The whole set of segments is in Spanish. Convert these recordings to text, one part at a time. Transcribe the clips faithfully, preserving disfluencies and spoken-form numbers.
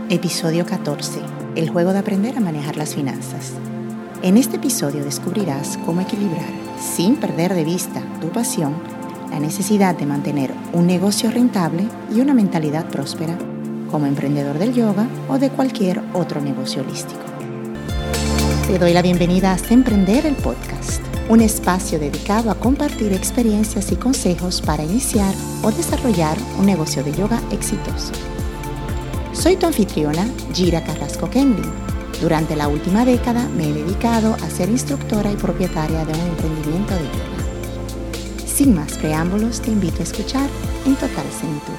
Episodio catorce. El juego de aprender a manejar las finanzas. En este episodio descubrirás cómo equilibrar, sin perder de vista tu pasión, la necesidad de mantener un negocio rentable y una mentalidad próspera como emprendedor del yoga o de cualquier otro negocio holístico. Te doy la bienvenida a Emprender el Podcast, un espacio dedicado a compartir experiencias y consejos para iniciar o desarrollar un negocio de yoga exitoso. Soy tu anfitriona, Gira Carrasco Kendling. Durante la última década me he dedicado a ser instructora y propietaria de un emprendimiento de yoga. Sin más preámbulos, te invito a escuchar en total plenitud.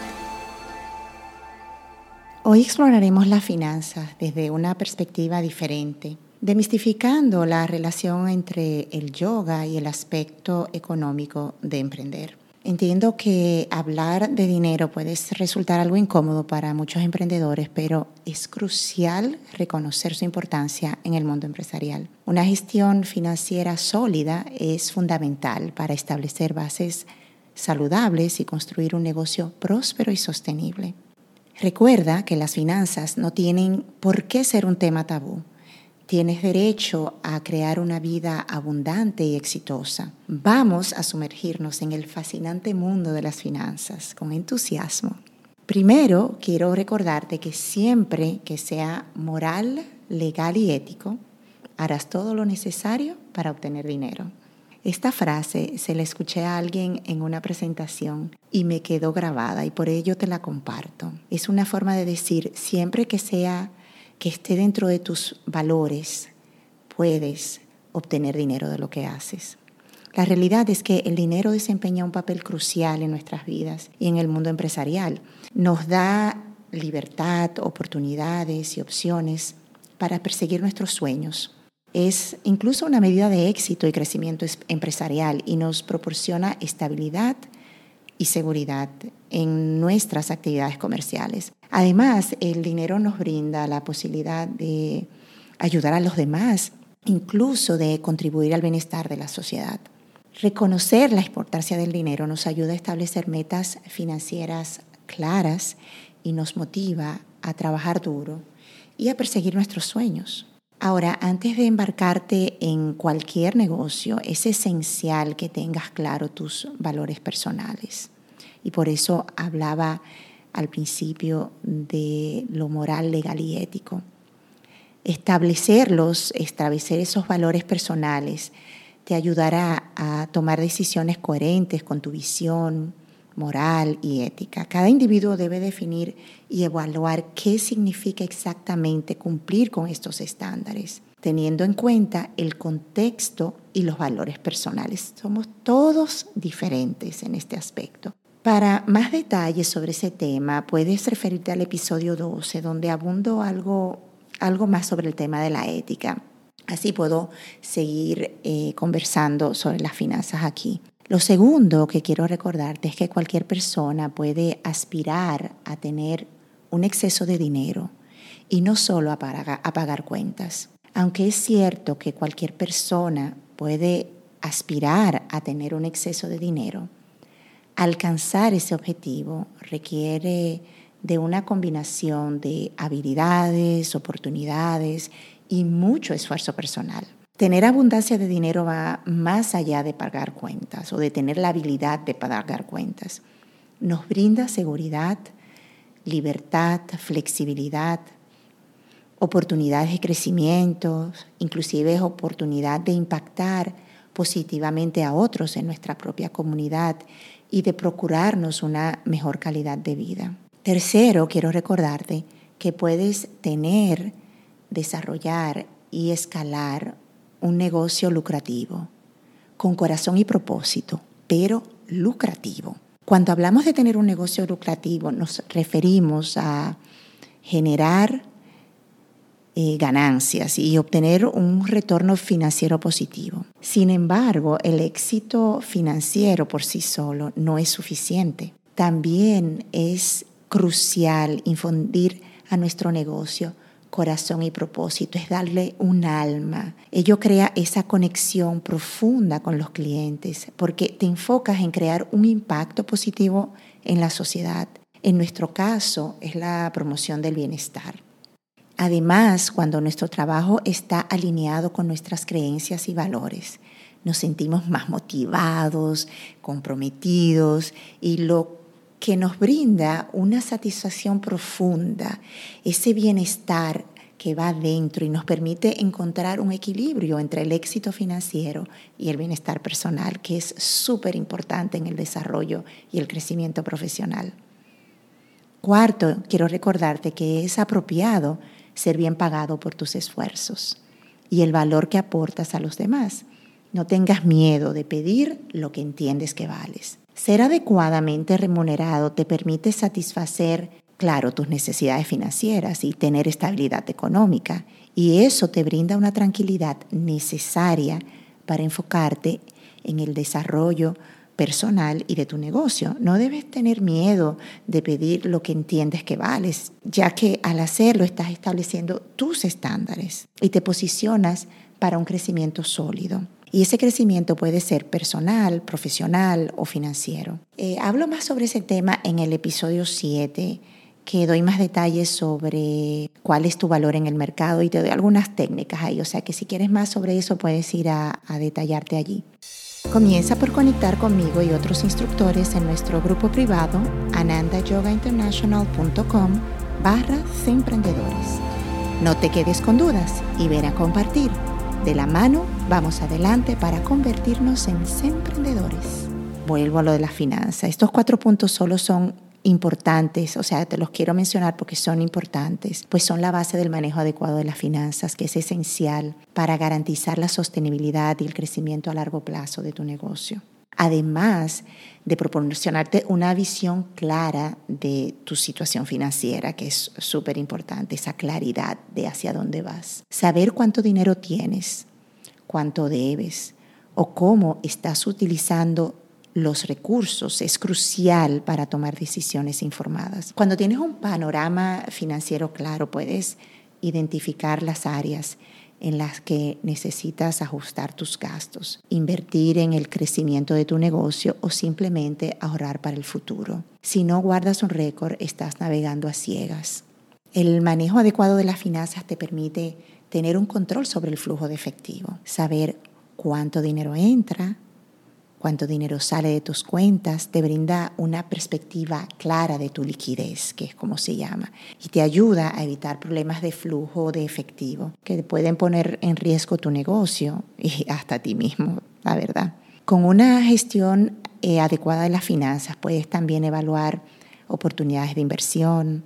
Hoy exploraremos las finanzas desde una perspectiva diferente, demistificando la relación entre el yoga y el aspecto económico de emprender. Entiendo que hablar de dinero puede resultar algo incómodo para muchos emprendedores, pero es crucial reconocer su importancia en el mundo empresarial. Una gestión financiera sólida es fundamental para establecer bases saludables y construir un negocio próspero y sostenible. Recuerda que las finanzas no tienen por qué ser un tema tabú. Tienes derecho a crear una vida abundante y exitosa. Vamos a sumergirnos en el fascinante mundo de las finanzas con entusiasmo. Primero, quiero recordarte que siempre que sea moral, legal y ético, harás todo lo necesario para obtener dinero. Esta frase se la escuché a alguien en una presentación y me quedó grabada y por ello te la comparto. Es una forma de decir, siempre que sea que esté dentro de tus valores, puedes obtener dinero de lo que haces. La realidad es que el dinero desempeña un papel crucial en nuestras vidas y en el mundo empresarial. Nos da libertad, oportunidades y opciones para perseguir nuestros sueños. Es incluso una medida de éxito y crecimiento empresarial y nos proporciona estabilidad y seguridad en nuestras actividades comerciales. Además, el dinero nos brinda la posibilidad de ayudar a los demás, incluso de contribuir al bienestar de la sociedad. Reconocer la importancia del dinero nos ayuda a establecer metas financieras claras y nos motiva a trabajar duro y a perseguir nuestros sueños. Ahora, antes de embarcarte en cualquier negocio, es esencial que tengas claro tus valores personales. Y por eso hablaba al principio de lo moral, legal y ético. Establecerlos, establecer esos valores personales, te ayudará a tomar decisiones coherentes con tu visión moral y ética. Cada individuo debe definir y evaluar qué significa exactamente cumplir con estos estándares, teniendo en cuenta el contexto y los valores personales. Somos todos diferentes en este aspecto. Para más detalles sobre ese tema, puedes referirte al episodio doce, donde abundo algo, algo más sobre el tema de la ética. Así puedo seguir eh, conversando sobre las finanzas aquí. Lo segundo que quiero recordarte es que cualquier persona puede aspirar a tener un exceso de dinero y no solo a pagar, a pagar cuentas. Aunque es cierto que cualquier persona puede aspirar a tener un exceso de dinero, alcanzar ese objetivo requiere de una combinación de habilidades, oportunidades y mucho esfuerzo personal. Tener abundancia de dinero va más allá de pagar cuentas o de tener la habilidad de pagar cuentas. Nos brinda seguridad, libertad, flexibilidad, oportunidades de crecimiento, inclusive oportunidad de impactar positivamente a otros en nuestra propia comunidad y de procurarnos una mejor calidad de vida. Tercero, quiero recordarte que puedes tener, desarrollar y escalar un negocio lucrativo, con corazón y propósito, pero lucrativo. Cuando hablamos de tener un negocio lucrativo, nos referimos a generar eh, ganancias y obtener un retorno financiero positivo. Sin embargo, el éxito financiero por sí solo no es suficiente. También es crucial infundir a nuestro negocio corazón y propósito, es darle un alma. Ello crea esa conexión profunda con los clientes porque te enfocas en crear un impacto positivo en la sociedad. En nuestro caso es la promoción del bienestar. Además, cuando nuestro trabajo está alineado con nuestras creencias y valores, nos sentimos más motivados, comprometidos y lo que nos brinda una satisfacción profunda, ese bienestar que va adentro y nos permite encontrar un equilibrio entre el éxito financiero y el bienestar personal, que es súper importante en el desarrollo y el crecimiento profesional. Cuarto, quiero recordarte que es apropiado ser bien pagado por tus esfuerzos y el valor que aportas a los demás. No tengas miedo de pedir lo que entiendes que vales. Ser adecuadamente remunerado te permite satisfacer, claro, tus necesidades financieras y tener estabilidad económica. Y eso te brinda una tranquilidad necesaria para enfocarte en el desarrollo personal y de tu negocio. No debes tener miedo de pedir lo que entiendes que vales, ya que al hacerlo estás estableciendo tus estándares y te posicionas para un crecimiento sólido. Y ese crecimiento puede ser personal, profesional o financiero. Eh, hablo más sobre ese tema en el episodio siete, que doy más detalles sobre cuál es tu valor en el mercado y te doy algunas técnicas ahí. O sea que si quieres más sobre eso puedes ir a, a detallarte allí. Comienza por conectar conmigo y otros instructores en nuestro grupo privado anandayogainternational.com barra emprendedores. No te quedes con dudas y ven a compartir. De la mano vamos adelante para convertirnos en emprendedores. Vuelvo a lo de la finanza. Estos cuatro puntos solo son importantes, o sea, te los quiero mencionar porque son importantes, pues son la base del manejo adecuado de las finanzas, que es esencial para garantizar la sostenibilidad y el crecimiento a largo plazo de tu negocio. Además de proporcionarte una visión clara de tu situación financiera, que es súper importante, esa claridad de hacia dónde vas. Saber cuánto dinero tienes, cuánto debes o cómo estás utilizando los recursos es crucial para tomar decisiones informadas. Cuando tienes un panorama financiero claro, puedes identificar las áreas en las que necesitas ajustar tus gastos, invertir en el crecimiento de tu negocio o simplemente ahorrar para el futuro. Si no guardas un récord, estás navegando a ciegas. El manejo adecuado de las finanzas te permite tener un control sobre el flujo de efectivo, saber cuánto dinero entra, cuánto dinero sale de tus cuentas, te brinda una perspectiva clara de tu liquidez, que es como se llama, y te ayuda a evitar problemas de flujo de efectivo que pueden poner en riesgo tu negocio y hasta ti mismo, la verdad. Con una gestión eh, adecuada de las finanzas puedes también evaluar oportunidades de inversión,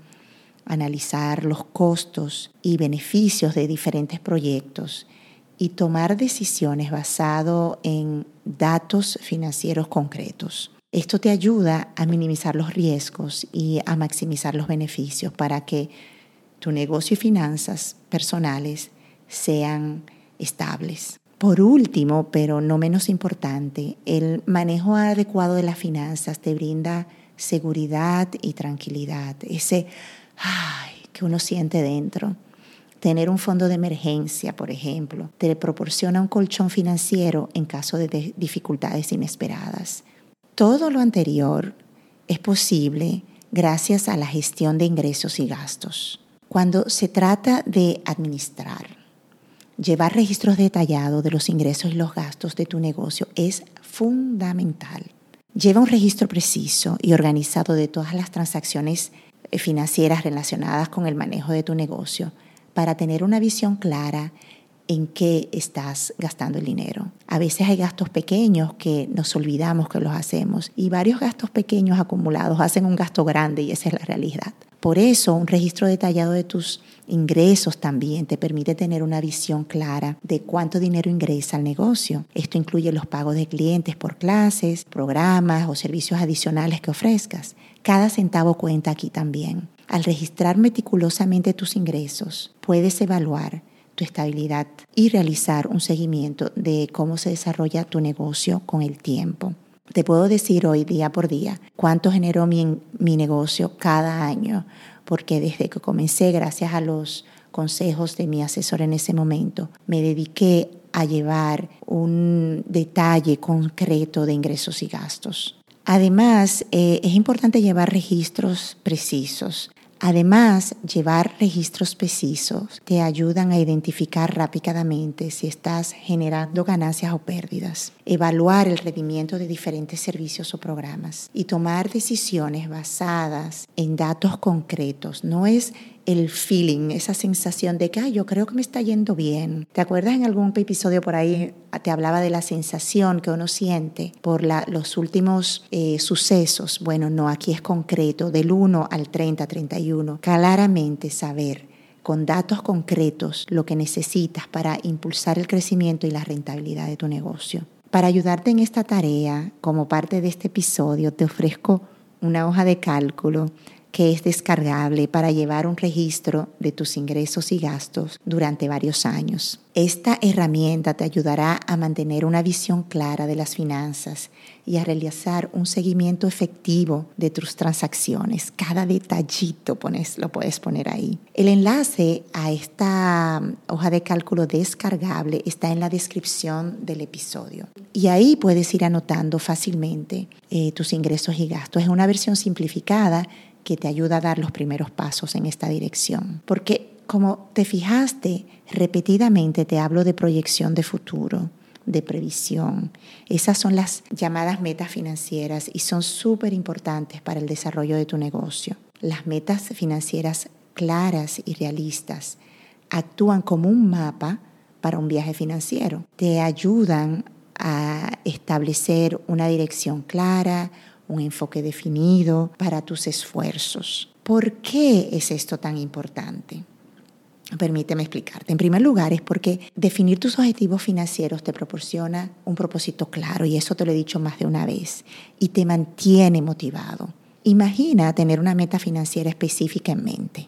analizar los costos y beneficios de diferentes proyectos y tomar decisiones basado en datos financieros concretos. Esto te ayuda a minimizar los riesgos y a maximizar los beneficios para que tu negocio y finanzas personales sean estables. Por último, pero no menos importante, el manejo adecuado de las finanzas te brinda seguridad y tranquilidad, ese ay, que uno siente dentro. Tener un fondo de emergencia, por ejemplo, te proporciona un colchón financiero en caso de dificultades inesperadas. Todo lo anterior es posible gracias a la gestión de ingresos y gastos. Cuando se trata de administrar, llevar registros detallados de los ingresos y los gastos de tu negocio es fundamental. Lleva un registro preciso y organizado de todas las transacciones financieras relacionadas con el manejo de tu negocio, para tener una visión clara en qué estás gastando el dinero. A veces hay gastos pequeños que nos olvidamos que los hacemos y varios gastos pequeños acumulados hacen un gasto grande y esa es la realidad. Por eso, un registro detallado de tus ingresos también te permite tener una visión clara de cuánto dinero ingresa al negocio. Esto incluye los pagos de clientes por clases, programas o servicios adicionales que ofrezcas. Cada centavo cuenta aquí también. Al registrar meticulosamente tus ingresos, puedes evaluar tu estabilidad y realizar un seguimiento de cómo se desarrolla tu negocio con el tiempo. Te puedo decir hoy, día por día, cuánto generó mi, mi negocio cada año, porque desde que comencé, gracias a los consejos de mi asesor en ese momento, me dediqué a llevar un detalle concreto de ingresos y gastos. Además, eh, es importante llevar registros precisos. Además, llevar registros precisos te ayudan a identificar rápidamente si estás generando ganancias o pérdidas, evaluar el rendimiento de diferentes servicios o programas y tomar decisiones basadas en datos concretos. No es el feeling, esa sensación de que Ay, yo creo que me está yendo bien. ¿Te acuerdas en algún episodio por ahí te hablaba de la sensación que uno siente por la, los últimos eh, sucesos? Bueno, no, aquí es concreto, del uno al treinta, treinta y uno. Claramente saber con datos concretos lo que necesitas para impulsar el crecimiento y la rentabilidad de tu negocio. Para ayudarte en esta tarea, como parte de este episodio, te ofrezco una hoja de cálculo que es descargable para llevar un registro de tus ingresos y gastos durante varios años. Esta herramienta te ayudará a mantener una visión clara de las finanzas y a realizar un seguimiento efectivo de tus transacciones. Cada detallito pones, lo puedes poner ahí. El enlace a esta hoja de cálculo descargable está en la descripción del episodio. Y ahí puedes ir anotando fácilmente eh, tus ingresos y gastos. Es una versión simplificada que te ayuda a dar los primeros pasos en esta dirección. Porque como te fijaste, repetidamente te hablo de proyección de futuro, de previsión. Esas son las llamadas metas financieras y son súper importantes para el desarrollo de tu negocio. Las metas financieras claras y realistas actúan como un mapa para un viaje financiero. Te ayudan a establecer una dirección clara, un enfoque definido para tus esfuerzos. ¿Por qué es esto tan importante? Permíteme explicarte. En primer lugar, es porque definir tus objetivos financieros te proporciona un propósito claro, y eso te lo he dicho más de una vez, y te mantiene motivado. Imagina tener una meta financiera específica en mente.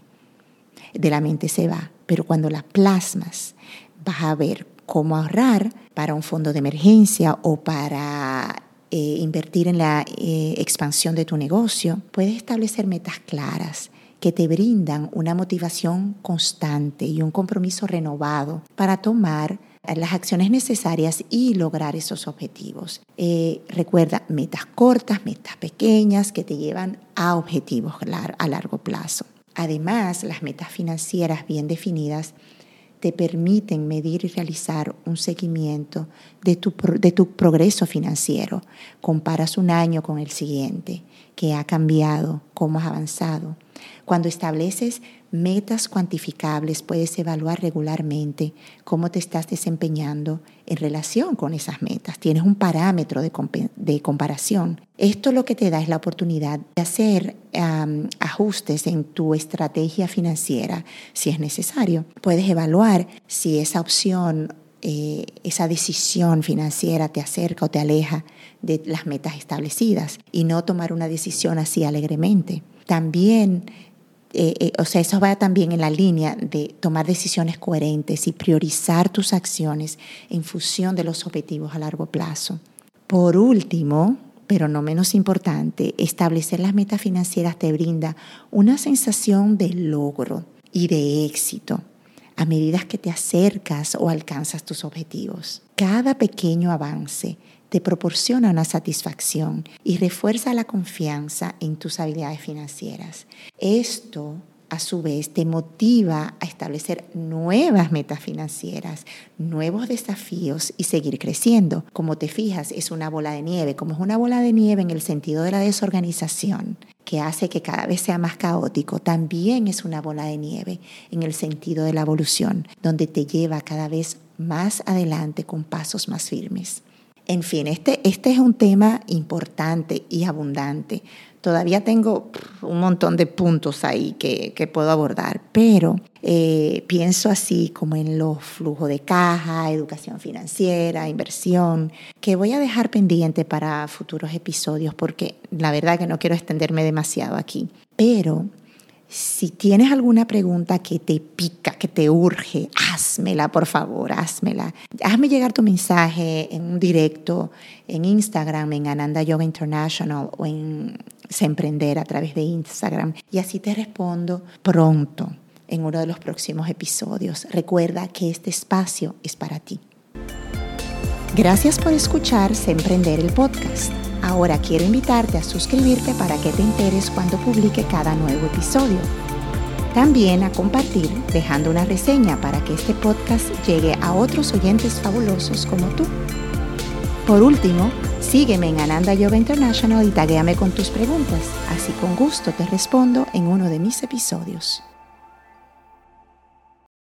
De la mente se va, pero cuando la plasmas, vas a ver cómo ahorrar para un fondo de emergencia o para Eh, invertir en la eh, expansión de tu negocio. Puedes establecer metas claras que te brindan una motivación constante y un compromiso renovado para tomar las acciones necesarias y lograr esos objetivos. Eh, recuerda, metas cortas, metas pequeñas que te llevan a objetivos a largo plazo. Además, las metas financieras bien definidas te permiten medir y realizar un seguimiento de tu, de tu progreso financiero. Comparas un año con el siguiente, qué ha cambiado, cómo has avanzado. Cuando estableces metas cuantificables, puedes evaluar regularmente cómo te estás desempeñando en relación con esas metas. Tienes un parámetro de, comp- de comparación. Esto lo que te da es la oportunidad de hacer um, ajustes en tu estrategia financiera si es necesario. Puedes evaluar si esa opción, eh, esa decisión financiera te acerca o te aleja de las metas establecidas y no tomar una decisión así alegremente. También Eh, eh, o sea, eso va también en la línea de tomar decisiones coherentes y priorizar tus acciones en función de los objetivos a largo plazo. Por último, pero no menos importante, establecer las metas financieras te brinda una sensación de logro y de éxito a medida que te acercas o alcanzas tus objetivos. Cada pequeño avance te proporciona una satisfacción y refuerza la confianza en tus habilidades financieras. Esto, a su vez, te motiva a establecer nuevas metas financieras, nuevos desafíos y seguir creciendo. Como te fijas, es una bola de nieve. Como es una bola de nieve en el sentido de la desorganización, que hace que cada vez sea más caótico, también es una bola de nieve en el sentido de la evolución, donde te lleva cada vez más adelante con pasos más firmes. En fin, este, este es un tema importante y abundante. Todavía tengo un montón de puntos ahí que, que puedo abordar, pero eh, pienso así como en los flujos de caja, educación financiera, inversión, que voy a dejar pendiente para futuros episodios porque la verdad que no quiero extenderme demasiado aquí. Pero si tienes alguna pregunta que te pica, que te urge, házmela, por favor, házmela. Hazme llegar tu mensaje en un directo en Instagram, en Ananda Yoga International o en Semprender a través de Instagram. Y así te respondo pronto en uno de los próximos episodios. Recuerda que este espacio es para ti. Gracias por escuchar Semprender el podcast. Ahora quiero invitarte a suscribirte para que te enteres cuando publique cada nuevo episodio. También a compartir dejando una reseña para que este podcast llegue a otros oyentes fabulosos como tú. Por último, sígueme en Ananda Yoga International y taguéame con tus preguntas, así con gusto te respondo en uno de mis episodios.